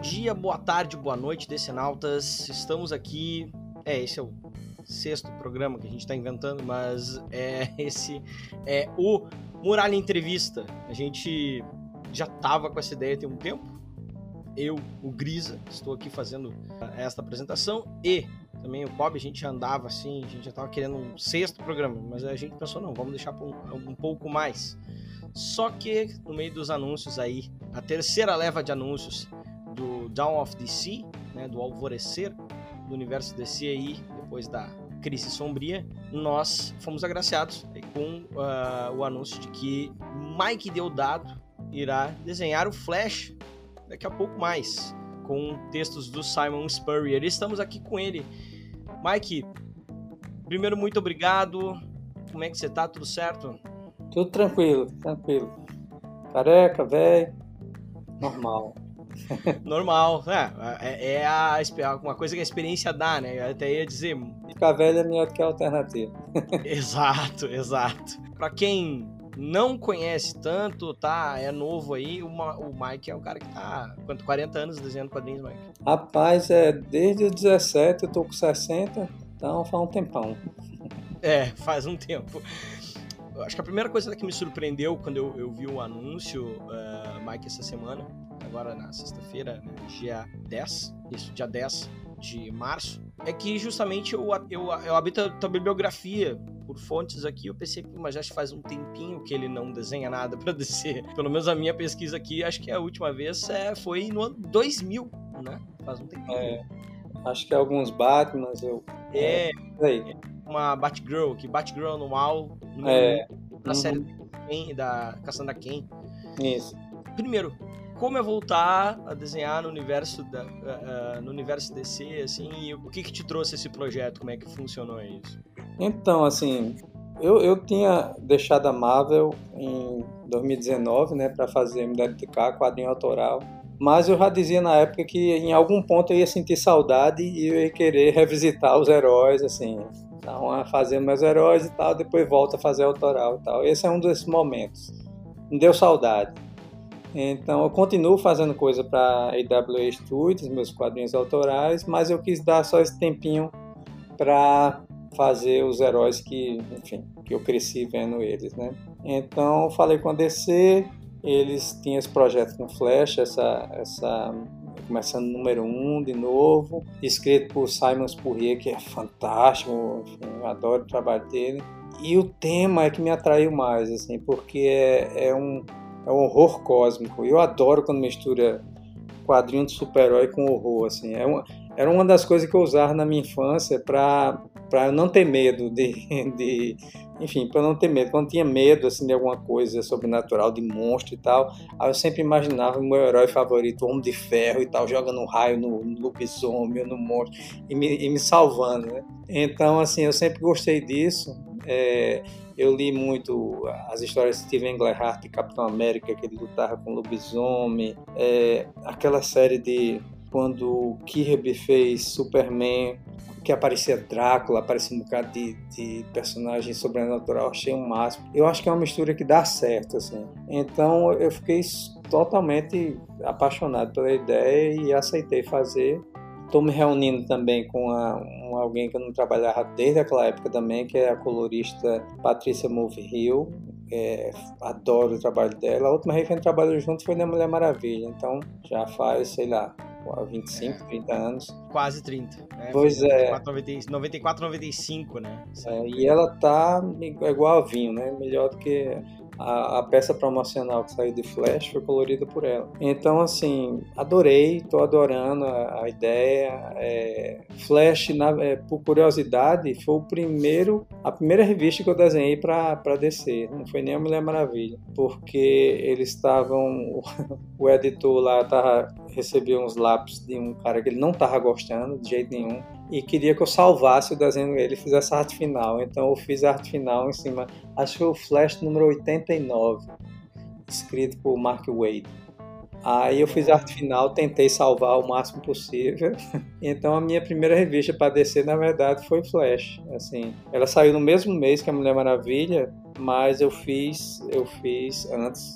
dia, boa tarde, boa noite, decenautas. Estamos aqui. Esse é o sexto programa que a gente está inventando, mas esse é o Muralha Entrevista. A gente já tava com essa ideia tem um tempo. Eu, o Grisa, estou aqui fazendo esta apresentação e também o Bob, a gente já andava assim, a gente já tava querendo um sexto programa, mas a gente pensou, não, vamos deixar um pouco mais. Só que no meio dos anúncios aí, a terceira leva de anúncios do Dawn of DC, né, do alvorecer do universo DC aí, depois da crise sombria, nós fomos agraciados com o anúncio de que Mike Deodato irá desenhar o Flash daqui a pouco mais, com textos do Simon Spurrier. Estamos aqui com ele. Mike, primeiro, muito obrigado. Como é que você tá? Tudo certo? Tudo tranquilo. Careca, velho, normal. Normal, uma coisa que a experiência dá, né? Eu até ia dizer... Ficar velho é melhor do que a alternativa. Exato. Pra quem não conhece tanto, tá? É novo aí, o Mike é um cara que tá... 40 anos desenhando quadrinhos, Mike? Rapaz, desde os 17, eu tô com 60, então faz um tempão. Faz um tempo. Eu acho que a primeira coisa que me surpreendeu quando eu vi o anúncio, Mike, essa semana, agora na sexta-feira, né, dia 10 de março, é que justamente eu abri a tua bibliografia por fontes aqui, eu pensei, mas já faz um tempinho que ele não desenha nada pra descer. Pelo menos a minha pesquisa aqui, acho que a última vez foi no ano 2000, né? Faz um tempinho. Acho que alguns Batmans, uma Batgirl, que Batgirl anual, da série da Cassandra Cain. Isso. Primeiro, como é voltar a desenhar no universo DC, assim, e o que te trouxe esse projeto? Como é que funcionou isso? Então, assim, eu tinha deixado a Marvel em 2019, né, para me dedicar quadrinho autoral, mas eu já dizia na época que em algum ponto eu ia sentir saudade e eu ia querer revisitar os heróis, assim, então fazer meus heróis e tal, depois volto a fazer autoral e tal. Esse é um desses momentos. Me deu saudade. Então eu continuo fazendo coisa para AWA Studios, meus quadrinhos autorais, mas eu quis dar só esse tempinho para fazer os heróis que eu cresci vendo eles, né? Então falei com a DC, eles tinham esse projeto com Flash, começando número 1 de novo, escrito por Simon Spurrier, que é fantástico, eu adoro o trabalho dele. E o tema é que me atraiu mais, assim, porque é um horror cósmico. Eu adoro quando mistura quadrinho de super-herói com horror, assim. Era uma das coisas que eu usava na minha infância para eu não ter medo para eu não ter medo. Quando tinha medo assim, de alguma coisa sobrenatural, de monstro e tal, aí eu sempre imaginava o meu herói favorito, o Homem de Ferro e tal, jogando um raio no lobisomem, no monstro, e me salvando, né? Então, assim, eu sempre gostei disso. Eu li muito as histórias de Steven Englehart de Capitão América, que ele lutava com lobisomem, aquela série de quando Kirby fez Superman, que aparecia Drácula, aparecia um bocado de personagem sobrenatural, achei um máximo. Eu acho que é uma mistura que dá certo, assim. Então eu fiquei totalmente apaixonado pela ideia e aceitei fazer. Estou me reunindo também com alguém que eu não trabalhava desde aquela época também, que é a colorista Patrícia Mulvihill. Adoro o trabalho dela. A última vez que a gente trabalhou junto foi na Mulher Maravilha, então já faz, sei lá, 25, 30 anos. Quase 30. Né? Pois 94, 95, né? E ela tá igual a vinho, né? Melhor do que a peça promocional que saiu de Flash foi colorida por ela. Então, assim, adorei, tô adorando a ideia. Flash, por curiosidade, foi a primeira revista que eu desenhei para DC. Não foi nem a Mulher Maravilha, porque eles estavam... o editor lá recebeu uns lápis de um cara que ele não estava gostando de jeito nenhum e queria que eu salvasse o desenho dele e fizesse a arte final. Então eu fiz a arte final em cima, acho que foi o Flash número 89, escrito por Mark Waid. Aí eu fiz a arte final, tentei salvar o máximo possível. Então a minha primeira revista para DC, na verdade, foi Flash. Assim, ela saiu no mesmo mês que a Mulher Maravilha, mas eu fiz antes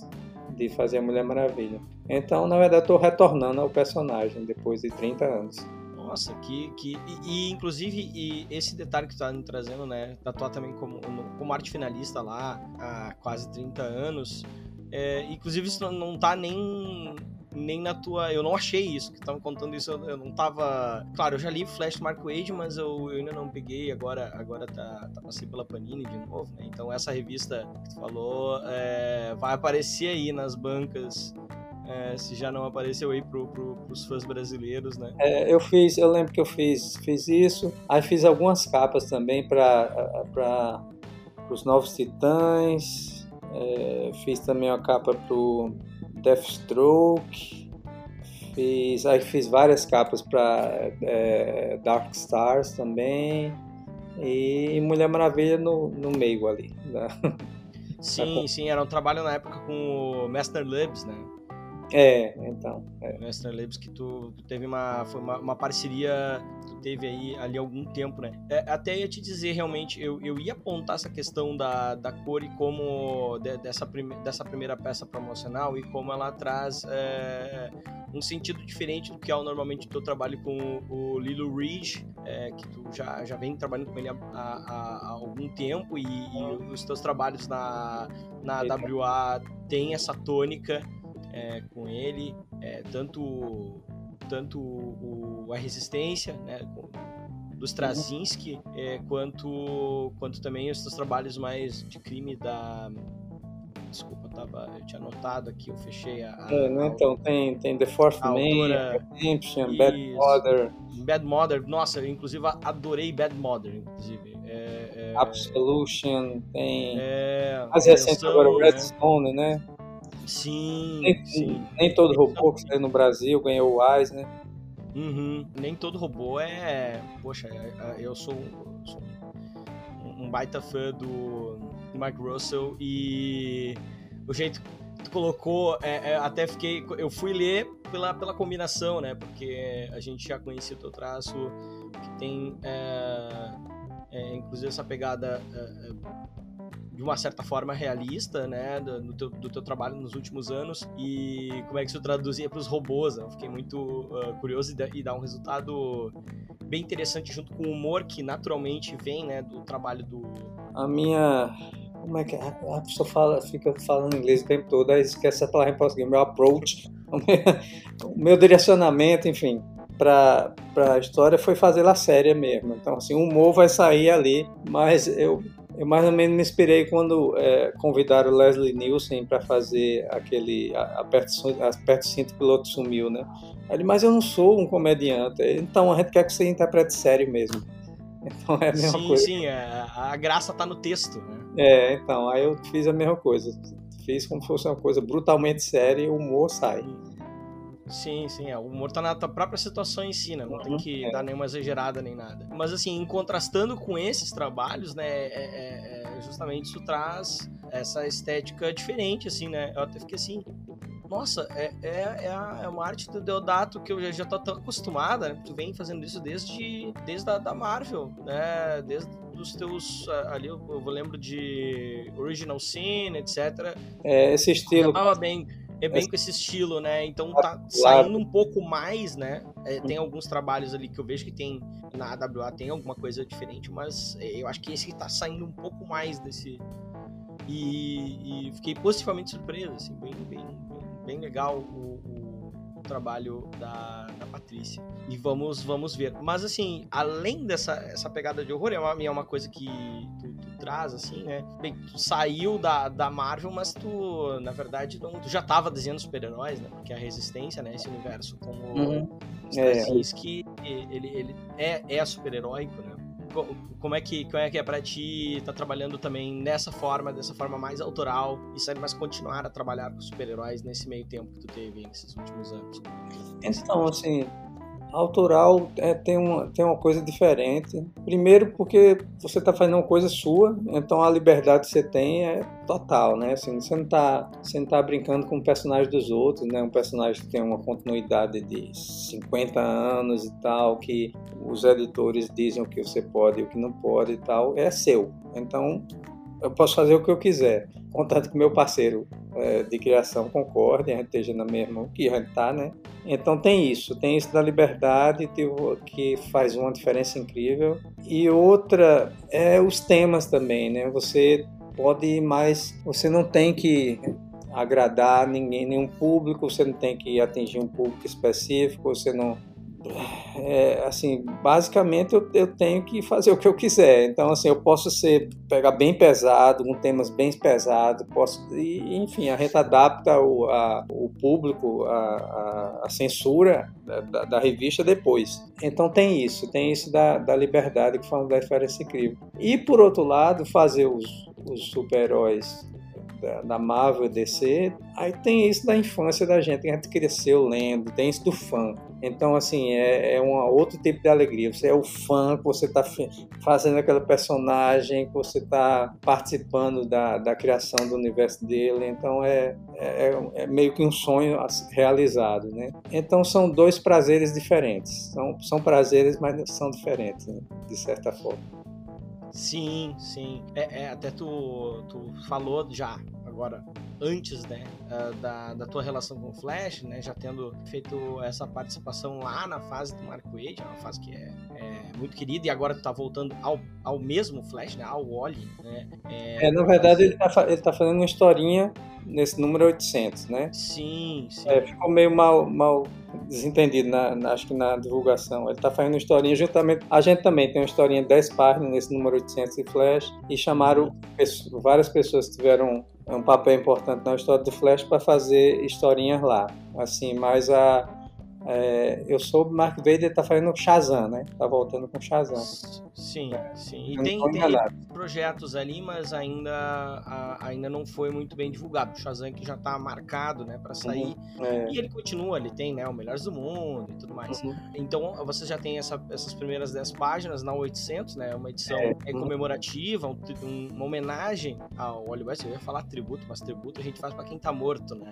de fazer a Mulher Maravilha. Então, na verdade, estou retornando ao personagem depois de 30 anos. Nossa, inclusive, esse detalhe que tu tá me trazendo, né, da tua também como arte finalista lá há quase 30 anos, inclusive isso não tá nem na tua... Eu não achei isso, que estavam contando isso, eu não tava... Claro, eu já li Flash do Mark Waid, mas eu ainda não peguei, agora passei pela Panini de novo, né, então essa revista que tu falou vai aparecer aí nas bancas, se já não apareceu aí pros fãs brasileiros, né? Eu lembro que eu fiz isso, aí fiz algumas capas também para os Novos Titãs, fiz também uma capa pro Deathstroke, fiz várias capas para Dark Stars também, e Mulher Maravilha no meio ali. Né? Sim, era um trabalho na época com o Messner Labs, né? Então. Messner Labs, que tu teve foi uma parceria que tu teve aí ali há algum tempo, né? Até ia te dizer, realmente, eu ia apontar essa questão da cor e como dessa primeira peça promocional e como ela traz um sentido diferente do que é normalmente o teu trabalho com o Lilo Reed, que tu já vem trabalhando com ele há algum tempo, e os teus trabalhos na WA tem essa tônica com ele, tanto a Resistência, né, do Straczynski, quanto também os seus trabalhos mais de crime da... Desculpa, eu tinha anotado aqui, eu fechei então tem The Fourth Man, Redemption, Bad Mother. Nossa, eu inclusive adorei Bad Mother, inclusive. Absolution, tem mais recente agora o Redstone, né? Sim. Nem todo robô que saiu no Brasil ganhou o Eisner. Nem todo robô Poxa, eu sou um baita fã do Mark Russell, e o jeito que tu colocou, até eu fui ler pela combinação, né? Porque a gente já conhecia o teu traço, que tem inclusive essa pegada de uma certa forma realista, né, do teu trabalho nos últimos anos, e como é que isso traduzia para os robôs, né? Eu fiquei muito curioso, e dá um resultado bem interessante, junto com o humor que naturalmente vem, né, do trabalho do... Como é que a pessoa fica falando inglês o tempo todo, aí esquece a palavra em português, o meu approach, o meu direcionamento, enfim, para a história foi fazê-la séria mesmo. Então, assim, o humor vai sair ali, mas eu mais ou menos me inspirei quando convidaram o Leslie Nielsen para fazer aquele Aperte o Cinto, o Piloto Sumiu, né? Ele, mas eu não sou um comediante, então a gente quer que você interprete sério mesmo. Então é a mesma coisa. Sim, a graça tá no texto, né? Então, aí eu fiz a mesma coisa. Fiz como se fosse uma coisa brutalmente séria e o humor sai. Sim, o humor tá na tua própria situação em si, né? Não tem que dar nenhuma exagerada nem nada. Mas assim, contrastando com esses trabalhos, né, justamente isso traz essa estética diferente, assim, né? Eu até fiquei assim, nossa, é uma arte do Deodato que eu já tô tão acostumada, né? Tu vem fazendo isso desde a Marvel, né? Desde os teus... ali eu lembro de Original Sin, etc. Esse estilo... bem com esse estilo, né? Então tá saindo um pouco mais, né? Tem alguns trabalhos ali que eu vejo que tem na AWA, tem alguma coisa diferente, mas eu acho que esse tá saindo um pouco mais desse... E fiquei positivamente surpreso, assim, bem legal o trabalho da Patrícia. E vamos ver. Mas assim, além essa pegada de horror, é uma coisa que tu traz, assim, né? Bem, tu saiu da Marvel, mas tu, na verdade, tu já tava desenhando super-heróis, né? Porque a Resistência, né? Esse universo como Straczynski, ele é super-heróico, né? Como é que é pra ti tá trabalhando também dessa forma mais autoral, e sabe, mas continuar a trabalhar com super-heróis nesse meio tempo que tu teve nesses últimos anos? Então, assim, autoral tem uma coisa diferente. Primeiro porque você está fazendo uma coisa sua, então a liberdade que você tem é total, né? Assim, você não tá brincando com o personagem dos outros, né? Um personagem que tem uma continuidade de 50 anos e tal, que os editores dizem o que você pode e o que não pode e tal, é seu. Então, eu posso fazer o que eu quiser, contanto que meu parceiro de criação concorde, a gente esteja na mesma que a gente está, né? Então tem isso da liberdade que faz uma diferença incrível. E outra é os temas também, né? Você pode ir mais, você não tem que agradar ninguém, nenhum público, você não tem que atingir um público específico, você não... assim, basicamente eu tenho que fazer o que eu quiser. Então, assim, eu posso pegar bem pesado, com temas bem pesados, enfim, a gente adapta o público, a censura da revista depois. Então tem isso da liberdade que faz uma diferença incrível. E, por outro lado, fazer os super-heróis da Marvel, DC, aí tem isso da infância da gente, que a gente cresceu lendo, tem isso do fã. Então, assim, é um outro tipo de alegria. Você é o fã, que você está fazendo aquele personagem, que você está participando da criação do universo dele. Então, é meio que um sonho realizado, né? Então, são dois prazeres diferentes. São prazeres, mas são diferentes, né? De certa forma. Sim. Até tu falou já, agora, antes, né, da tua relação com o Flash, né, já tendo feito essa participação lá na fase do Mark Waid, uma fase que é muito querida, e agora tu tá voltando ao mesmo Flash, né, ao Wally, né. Na verdade, ele tá fazendo uma historinha nesse número 800, né? Sim. Ficou meio mal desentendido, acho que na divulgação. Ele está fazendo uma historinha juntamente... A gente também tem uma historinha de 10 páginas nesse número 800 de Flash, e chamaram várias pessoas que tiveram um papel importante na história do Flash para fazer historinhas lá. Assim, mas eu soube que Mark Waid está fazendo o Shazam, né? Tá voltando com o Shazam. Sim. E tem projetos ali, mas ainda não foi muito bem divulgado. O Shazam que já está marcado, né, para sair. E ele continua, ele tem, né, o Melhores do Mundo e tudo mais. Então, você já tem essas primeiras 10 páginas na 800, né? Uma edição comemorativa, uma homenagem ao Wally West. Eu ia falar tributo, mas tributo a gente faz para quem tá morto, né?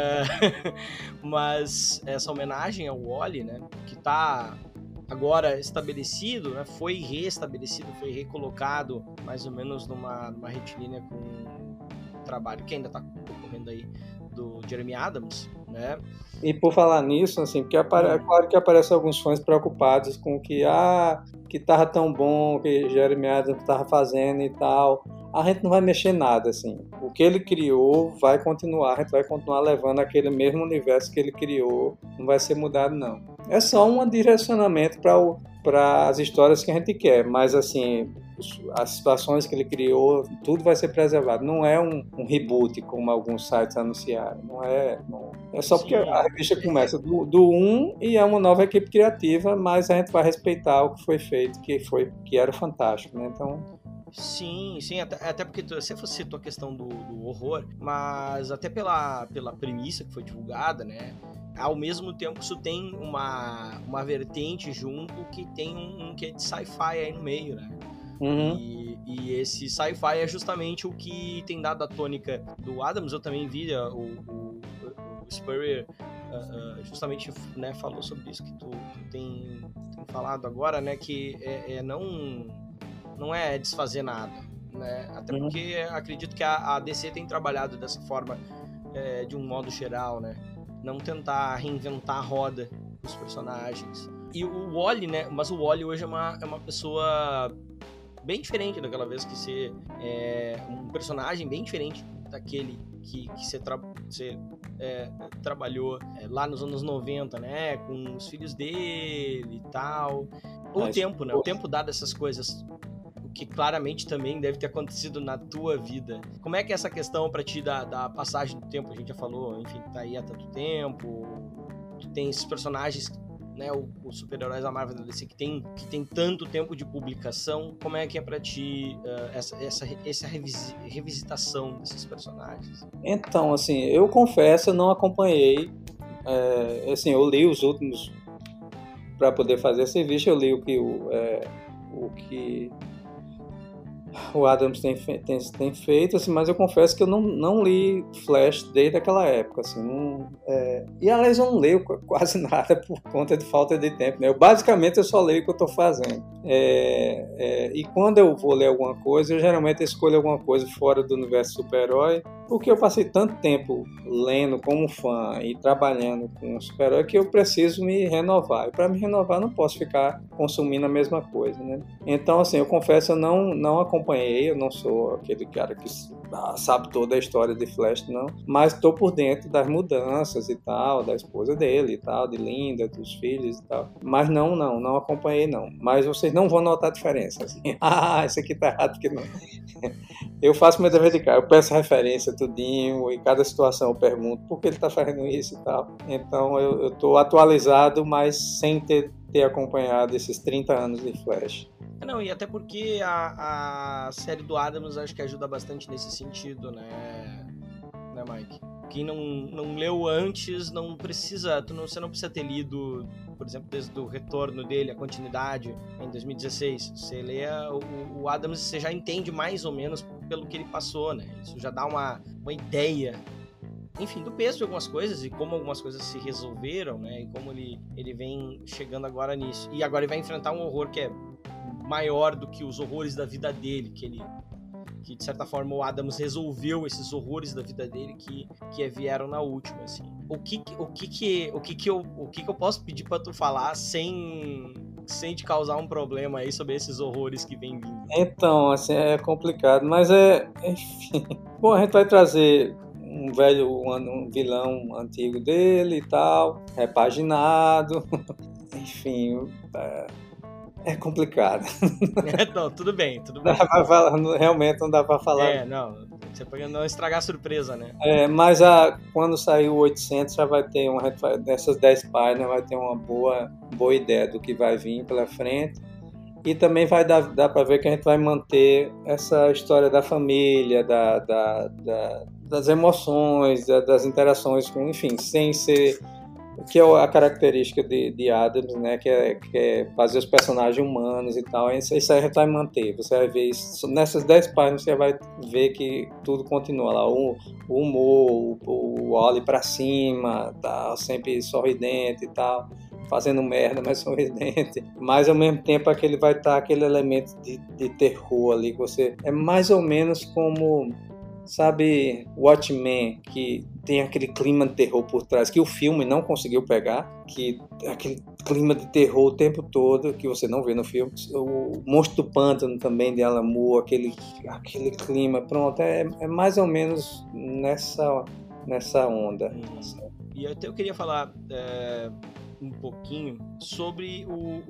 Mas essa homenagem ao Wally, né, que tá agora estabelecido, né, foi reestabelecido, foi recolocado mais ou menos numa retilínea com um trabalho que ainda está ocorrendo aí do Jeremy Adams, né? E por falar nisso, assim, porque claro que aparecem alguns fãs preocupados com que tava tão bom, que Jeremy Adams tava fazendo e tal. A gente não vai mexer nada, assim. O que ele criou vai continuar, a gente vai continuar levando aquele mesmo universo que ele criou, não vai ser mudado, não. É só um direcionamento para as histórias que a gente quer, mas, assim, as situações que ele criou, tudo vai ser preservado. Não é um reboot, como alguns sites anunciaram. Não é só porque a revista começa do 1 e é uma nova equipe criativa, mas a gente vai respeitar o que foi feito, que era fantástico, né? Então... Sim, até porque você citou a questão do horror, mas até pela premissa que foi divulgada, né? Ao mesmo tempo, isso tem uma vertente junto que tem um quê de sci-fi aí no meio, né? E esse sci-fi é justamente o que tem dado a tônica do Adams. Eu também vi o Spurrier justamente, né, falou sobre isso que tu tem falado agora, né? Que não é desfazer nada, né? Até porque acredito que a DC tem trabalhado dessa forma, de um modo geral, né? Não tentar reinventar a roda dos personagens. E o Wally, né? Mas o Wally hoje é uma pessoa bem diferente daquela vez, que você um personagem bem diferente daquele que você trabalhou lá nos anos 90, né? Com os filhos dele e tal. O tempo, né? O tempo dá dessas coisas, que claramente também deve ter acontecido na tua vida. Como é que é essa questão pra ti da passagem do tempo? A gente já falou, enfim, tá aí há tanto tempo, tu tem esses personagens, né, os super-heróis da Marvel da DC que tem tanto tempo de publicação. Como é que é pra ti essa revisitação desses personagens? Então, assim, eu confesso, eu não acompanhei, assim, eu li os últimos, para poder fazer essa revista, eu li o que o Adams tem feito, assim, mas eu confesso que eu não li Flash desde aquela época, assim, e aliás eu não leio quase nada por conta de falta de tempo, né? Basicamente eu só leio o que eu estou fazendo, e quando eu vou ler alguma coisa, eu geralmente escolho alguma coisa fora do universo super-herói, porque eu passei tanto tempo lendo como fã e trabalhando com super-herói que eu preciso me renovar, e para me renovar eu não posso ficar consumindo a mesma coisa, né? Então, assim, eu confesso, eu não acompanhei, eu não sou aquele cara que sabe toda a história de Flash, não, mas estou por dentro das mudanças e tal, da esposa dele e tal, de Linda, dos filhos e tal, mas não acompanhei, não. Mas vocês não vão notar a diferença, assim, esse aqui tá errado, porque não. Eu faço meu dever de casa, eu peço referência tudinho, em cada situação eu pergunto por que ele está fazendo isso e tal. Então eu estou atualizado, mas sem ter acompanhado esses 30 anos de Flash. Não, e até porque a série do Adams acho que ajuda bastante nesse sentido, né Mike? Quem não leu antes não precisa, você não precisa ter lido, por exemplo, desde o retorno dele, a continuidade em 2016. Você lê o Adams e você já entende mais ou menos pelo que ele passou, né? Isso já dá uma ideia, enfim, do peso de algumas coisas e como algumas coisas se resolveram, né? E como ele vem chegando agora nisso. E agora ele vai enfrentar um horror que é maior do que os horrores da vida dele, que de certa forma o Adams resolveu esses horrores da vida dele que vieram na última, assim. O que eu posso pedir pra tu falar sem te causar um problema aí sobre esses horrores que vem vindo? Então, assim, é complicado, mas enfim. Bom, a gente vai trazer um vilão antigo dele e tal, repaginado, enfim, é complicado. Não, tudo bem. Realmente não dá pra falar. Não, você pode não estragar a surpresa, né? Mas quando sair o 800 já vai ter dessas 10 páginas, vai ter uma boa ideia do que vai vir pela frente. E também vai dar para ver que a gente vai manter essa história da família, das emoções, das interações, enfim, sem ser... que é a característica de Adams, né? Que é fazer os personagens humanos e tal. Isso aí a gente vai manter. Você vai ver isso. Nessas 10 páginas você vai ver que tudo continua lá. O humor, o olho para cima, tal, sempre sorridente e tal, fazendo merda, mas sorridente. Mas ao mesmo tempo ele vai estar aquele elemento de terror ali. Que você é mais ou menos como, sabe, Watchmen, que tem aquele clima de terror por trás, que o filme não conseguiu pegar, que aquele clima de terror o tempo todo, que você não vê no filme. O Monstro do Pântano também, de Alan Moore, aquele clima, pronto, é mais ou menos nessa onda. E eu queria falar um pouquinho sobre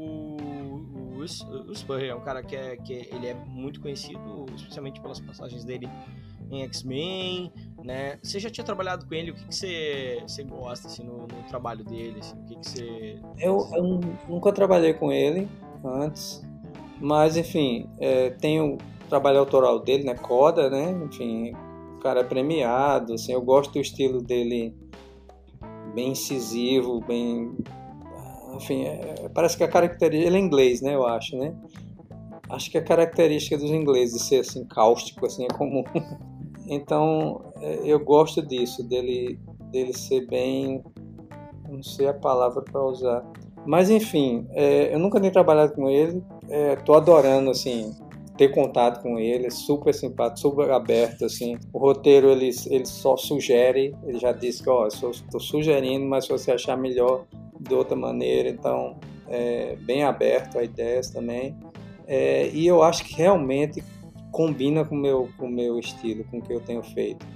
o Spurrier, é um cara que ele é muito conhecido, especialmente pelas passagens dele em X-Men, né? Você já tinha trabalhado com ele? O que você gosta, assim, no trabalho dele? Assim, o que você... Eu nunca trabalhei com ele antes, mas, enfim, tem o trabalho autoral dele, né? Coda, né? Enfim, o cara é premiado, assim, eu gosto do estilo dele, bem incisivo, bem... Enfim, parece que a característica... Ele é inglês, né? Eu acho, né? Acho que a característica dos ingleses de ser, assim, cáustico, assim, é comum. Então, eu gosto disso, dele ser bem... Não sei a palavra para usar. Mas, enfim, eu nunca tinha trabalhado com ele. Tô adorando, assim, ter contato com ele. É super simpático, super aberto, assim. O roteiro, ele só sugere. Ele já disse que, estou sugerindo, mas se você achar melhor de outra maneira. Então, bem aberto a ideias também. E eu acho que realmente combina com o meu estilo, com o que eu tenho feito.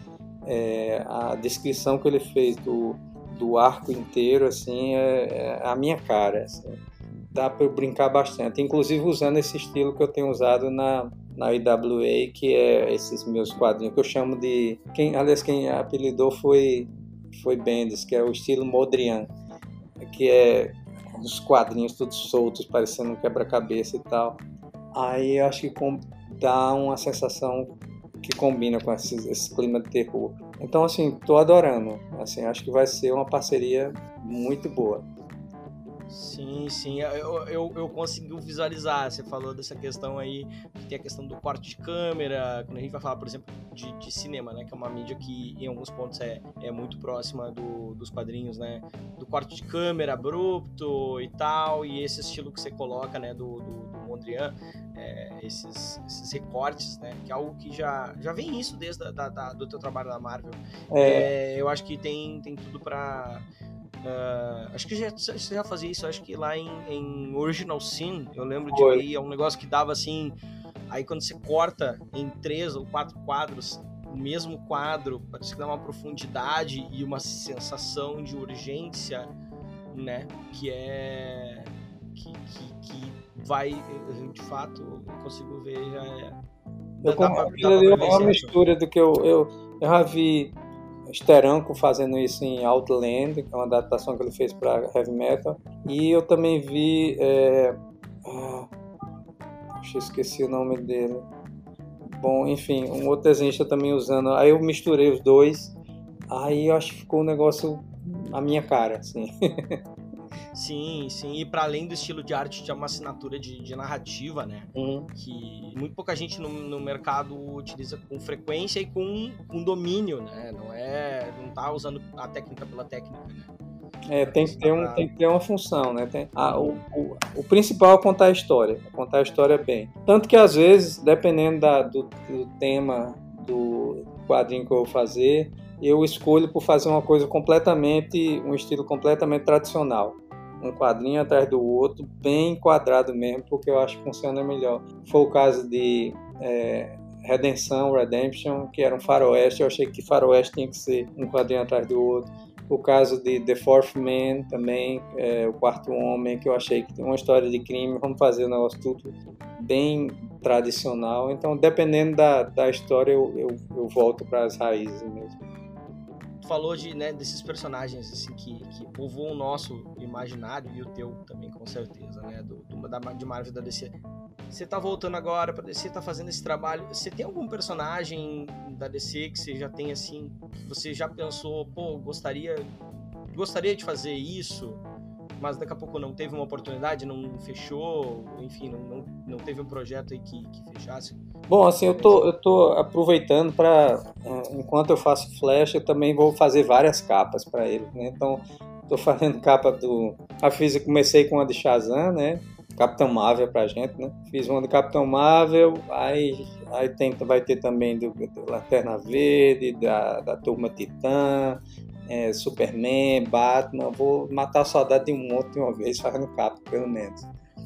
A descrição que ele fez do arco inteiro, assim, é a minha cara. Assim. Dá para eu brincar bastante, inclusive usando esse estilo que eu tenho usado na IWA, que é esses meus quadrinhos, que eu chamo de... Quem apelidou foi Bendis, que é o estilo Modrian, que é os quadrinhos todos soltos, parecendo um quebra-cabeça e tal. Aí eu acho que dá uma sensação que combina com esse clima de terror. Então, assim, tô adorando. Assim, acho que vai ser uma parceria muito boa. Sim, sim, eu consegui visualizar. Você falou dessa questão aí, que tem a questão do corte de câmera, quando a gente vai falar, por exemplo, de cinema, né, que é uma mídia que em alguns pontos é muito próxima dos quadrinhos, né, do corte de câmera abrupto e tal, e esse estilo que você coloca, né, do Mondrian, esses recortes, né, que é algo que já vem isso desde do teu trabalho na Marvel. Eu acho que tem tudo pra... acho que você já fazia isso, acho que lá em Original Sin, eu lembro de ver, é um negócio que dava assim, aí quando você corta em 3 ou 4 quadros, o mesmo quadro, parece que dá uma profundidade e uma sensação de urgência, né, que vai, de fato, eu consigo ver, Aquilo ali é uma mistura do que eu já vi Steranko fazendo isso em Outland, que é uma adaptação que ele fez para Heavy Metal, e eu também vi esqueci o nome dele. Bom, enfim, um outro desenhista também usando, aí eu misturei os dois, aí eu acho que ficou um negócio à minha cara, assim. Sim, e para além do estilo de arte, tinha uma assinatura de narrativa, né? Que muito pouca gente no mercado utiliza com frequência e com domínio, né? Não tá usando a técnica pela técnica, né? Tem que ter uma função, né? O principal é contar a história bem. Tanto que às vezes, dependendo do tema do quadrinho que eu vou fazer, eu escolho por fazer um estilo completamente tradicional. Um quadrinho atrás do outro, bem enquadrado mesmo, porque eu acho que funciona melhor. Foi o caso de Redemption, que era um faroeste, eu achei que faroeste tinha que ser um quadrinho atrás do outro. O caso de The Fourth Man também, o Quarto Homem, que eu achei que tem uma história de crime, vamos fazer o negócio tudo bem tradicional. Então, dependendo da história, eu volto para as raízes mesmo. Falou desses personagens assim, que povoam o nosso imaginário e o teu também, com certeza, né? De Marvel e da DC. Você tá voltando agora pra DC, tá fazendo esse trabalho. Você tem algum personagem da DC que você já tem assim, que você já pensou, gostaria de fazer isso, mas daqui a pouco não teve uma oportunidade, não fechou, enfim, não teve um projeto aí que fechasse? Bom, assim, eu tô aproveitando para, enquanto eu faço Flash, eu também vou fazer várias capas para ele, né? Então, tô fazendo capa comecei com a de Shazam, né? Capitão Marvel pra gente, né? Fiz uma do Capitão Marvel, aí vai ter também do Lanterna Verde, da Turma Titã, Superman, Batman. Vou matar a saudade de um monte de uma vez, fazendo capa, pelo menos.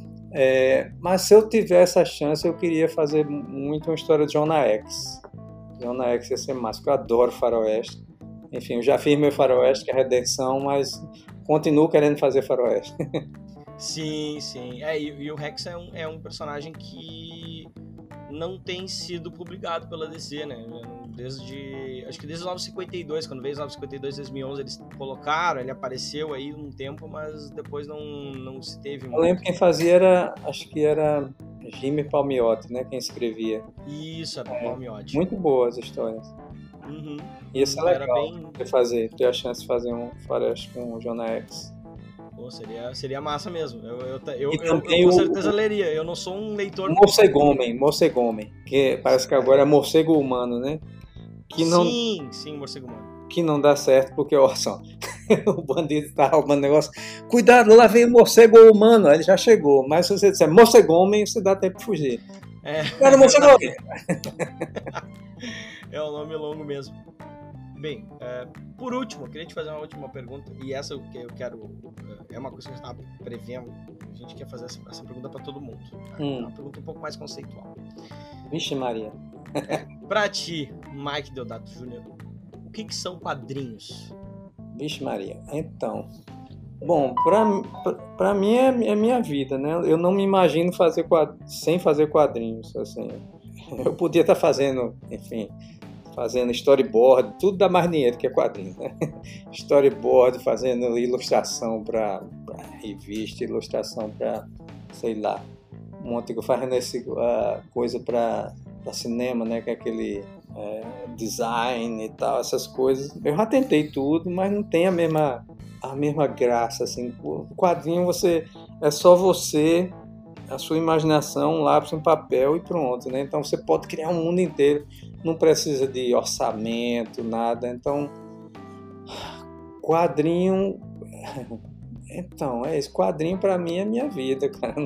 Mas se eu tivesse a chance, eu queria fazer muito uma história de Jonah X. Jonah X ia ser massa, porque eu adoro faroeste. Enfim, eu já fiz meu faroeste, que é a Redenção, mas continuo querendo fazer faroeste. Sim. E o Rex é um personagem que não tem sido publicado pela DC, né? Acho que desde os 952, quando veio os 952 2011, eles colocaram, ele apareceu aí um tempo, mas depois não se teve muito. Eu lembro quem fazia acho que era Jimmy Palmiotti, né? Quem escrevia. Isso, era o Palmiotti. Muito boas as histórias. Ia ser legal ter a chance de fazer um faroeste com o Jonah X. Pô, seria massa mesmo. Eu com certeza leria. Eu não sou um leitor... Morcegomem, que parece que agora é morcego humano, né? Sim, morcego humano. Que não dá certo, porque, olha só, o bandido tá roubando negócio. Cuidado, lá vem o morcego humano. Aí ele já chegou. Mas se você disser morcegomem, você dá tempo de fugir. Cara, morcegomem! É um nome longo mesmo. Bem, por último, eu queria te fazer uma última pergunta, e essa eu quero, é uma coisa que eu estava prevendo, a gente quer fazer essa pergunta para todo mundo, tá? É uma pergunta um pouco mais conceitual. Vixe Maria. Para ti, Mike Deodato Jr., o que são quadrinhos? Vixe Maria, então, bom, para mim é minha vida, né? Eu não me imagino sem fazer quadrinhos, assim. Eu podia estar fazendo, enfim, fazendo storyboard, tudo dá mais dinheiro que quadrinho, né? Storyboard, fazendo ilustração para revista, ilustração para, sei lá, um monte de fazendo coisa para cinema, né? Que é aquele design e tal, essas coisas. Eu já tentei tudo, mas não tem a a mesma graça, assim. O quadrinho é só você, a sua imaginação, um lápis, um papel e pronto, né? Então você pode criar um mundo inteiro, não precisa de orçamento, nada. Então, quadrinho... Então, esse quadrinho para mim é minha vida, cara.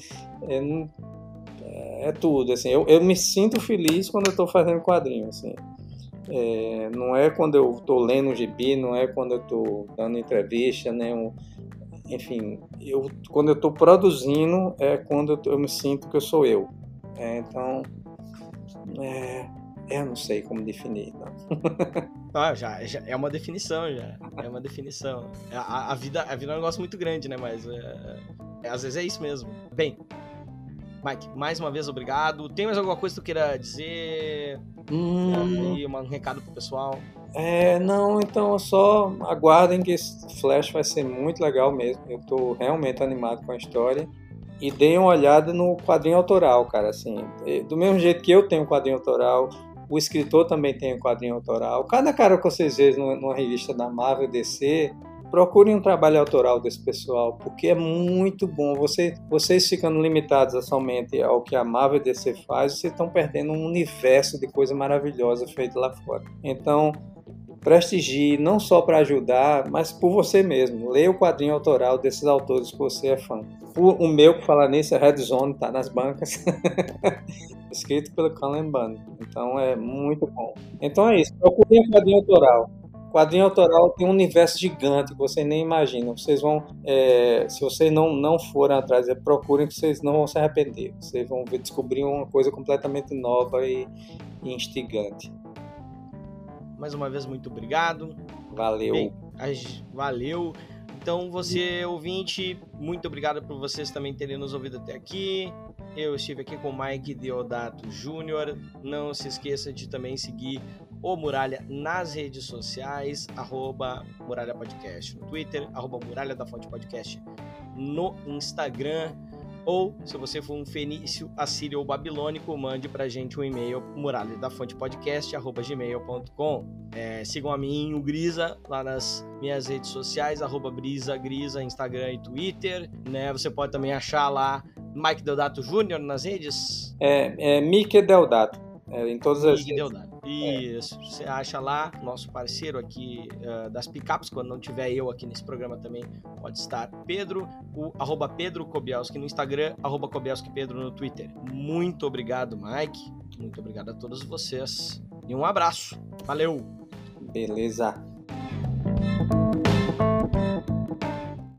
É tudo, assim. Eu me sinto feliz quando eu estou fazendo quadrinho, assim. Não é quando eu estou lendo um gibi, não é quando eu estou dando entrevista, né? Enfim, quando eu estou produzindo é quando eu me sinto que eu sou eu. Então, eu não sei como definir, não. Já é uma definição, já. É uma definição. A vida é um negócio muito grande, né? Mas às vezes é isso mesmo. Bem, Mike, mais uma vez obrigado. Tem mais alguma coisa que tu queira dizer? Aí, um recado pro pessoal? Não, então só aguardem que esse Flash vai ser muito legal mesmo. Eu tô realmente animado com a história. E deem uma olhada no quadrinho autoral, cara. Assim, do mesmo jeito que eu tenho quadrinho autoral, o escritor também tem um quadrinho autoral. Cada cara que vocês veem numa revista da Marvel DC, procurem um trabalho autoral desse pessoal, porque é muito bom. Vocês ficando limitados somente ao que a Marvel DC faz, vocês estão perdendo um universo de coisa maravilhosa feita lá fora. Então, prestigie, não só para ajudar, mas por você mesmo. Leia o quadrinho autoral desses autores que você é fã. O meu, que falar nisso, é Red Zone, tá nas bancas. Escrito pelo Cullen Bunn. Então é muito bom. Então é isso, procure um quadrinho autoral. Quadrinho autoral tem um universo gigante que vocês nem imaginam. Vocês vão, se vocês não forem atrás, procurem que vocês não vão se arrepender. Vocês vão descobrir uma coisa completamente nova e instigante. Mais uma vez, muito obrigado. Valeu. Bem, valeu. Então, você, ouvinte, muito obrigado por vocês também terem nos ouvido até aqui. Eu estive aqui com o Mike Deodato Jr. Não se esqueça de também seguir o Muralha nas redes sociais, @Muralha Podcast no Twitter, @Muralha da Fonte Podcast no Instagram. Ou, se você for um fenício, assírio ou babilônico, mande pra gente um e-mail, muralhadafontepodcast@gmail.com. Sigam a mim, o Grisa, lá nas minhas redes sociais, @BrisaGrisa, Instagram e Twitter. Né? Você pode também achar lá Mike Deodato Jr. nas redes. Mike Deodato, em todas as redes. Deodato. Isso, você acha lá, nosso parceiro aqui das picapes, quando não tiver eu aqui nesse programa também pode estar Pedro, o @Pedro Kobielski no Instagram, @Kobielski Pedro no Twitter. Muito obrigado, Mike, muito obrigado a todos vocês e um abraço, valeu! Beleza.